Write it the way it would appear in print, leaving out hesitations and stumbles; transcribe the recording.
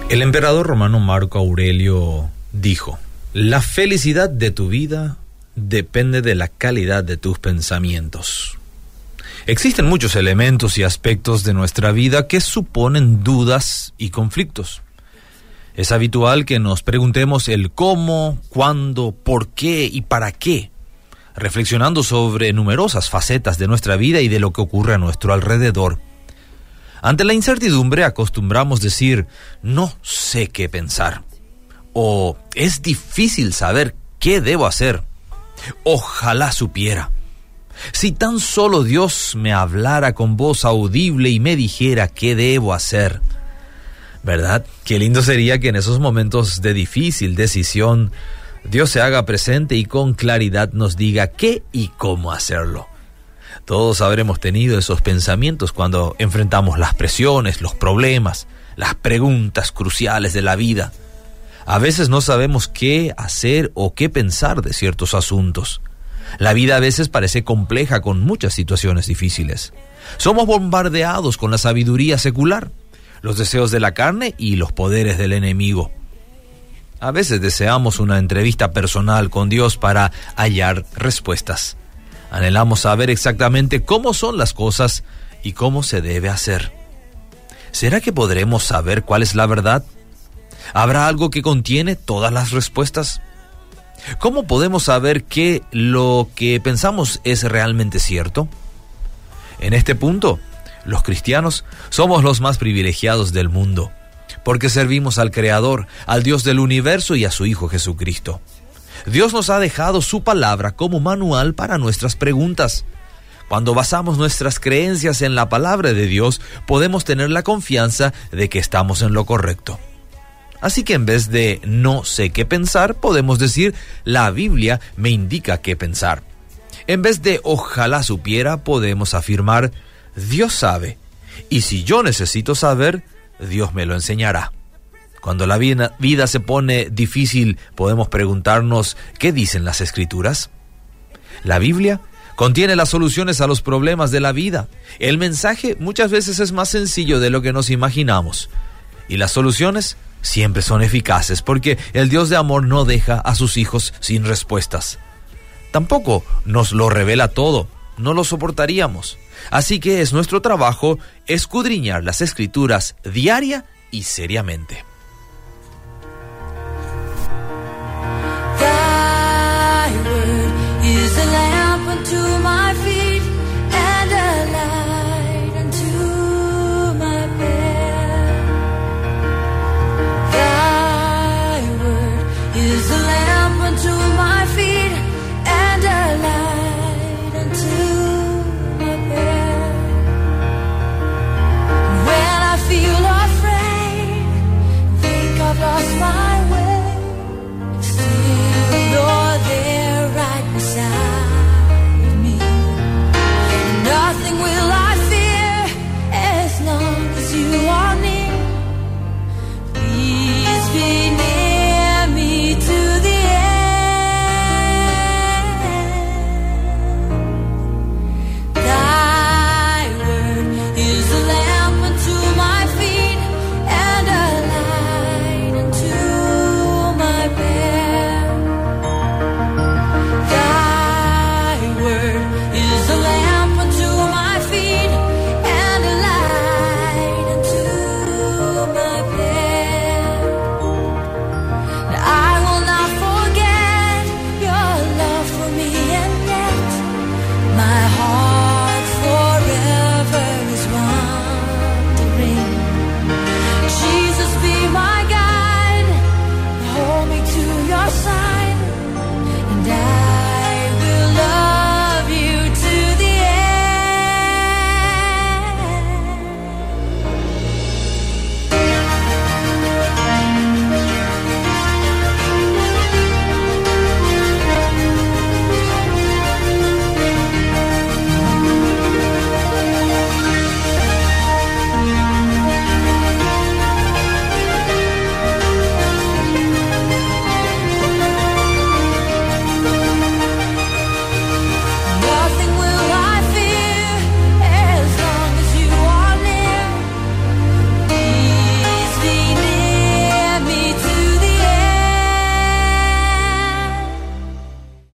El emperador romano Marco Aurelio dijo: la felicidad de tu vida depende de la calidad de tus pensamientos. Existen muchos elementos y aspectos de nuestra vida que suponen dudas y conflictos. Es habitual que nos preguntemos el cómo, cuándo, por qué y para qué, reflexionando sobre numerosas facetas de nuestra vida y de lo que ocurre a nuestro alrededor. Ante la incertidumbre acostumbramos decir: no sé qué pensar, o es difícil saber qué debo hacer, ojalá supiera. Si tan solo Dios me hablara con voz audible y me dijera qué debo hacer. ¿Verdad? Qué lindo sería que en esos momentos de difícil decisión Dios se haga presente y con claridad nos diga qué y cómo hacerlo. Todos habremos tenido esos pensamientos cuando enfrentamos las presiones, los problemas, las preguntas cruciales de la vida. A veces no sabemos qué hacer o qué pensar de ciertos asuntos. La vida a veces parece compleja con muchas situaciones difíciles. Somos bombardeados con la sabiduría secular, los deseos de la carne y los poderes del enemigo. A veces deseamos una entrevista personal con Dios para hallar respuestas. Anhelamos saber exactamente cómo son las cosas y cómo se debe hacer. ¿Será que podremos saber cuál es la verdad? ¿Habrá algo que contiene todas las respuestas? ¿Cómo podemos saber que lo que pensamos es realmente cierto? En este punto, los cristianos somos los más privilegiados del mundo, porque servimos al Creador, al Dios del universo y a su Hijo Jesucristo. Dios nos ha dejado su palabra como manual para nuestras preguntas. Cuando basamos nuestras creencias en la palabra de Dios, podemos tener la confianza de que estamos en lo correcto. Así que en vez de no sé qué pensar, podemos decir: la Biblia me indica qué pensar. En vez de ojalá supiera, podemos afirmar: Dios sabe, y si yo necesito saber, Dios me lo enseñará. Cuando la vida se pone difícil, podemos preguntarnos: ¿qué dicen las Escrituras? La Biblia contiene las soluciones a los problemas de la vida. El mensaje muchas veces es más sencillo de lo que nos imaginamos. Y las soluciones siempre son eficaces, porque el Dios de amor no deja a sus hijos sin respuestas. Tampoco nos lo revela todo, no lo soportaríamos. Así que es nuestro trabajo escudriñar las Escrituras diaria y seriamente. Thy word is a lamp unto my feet.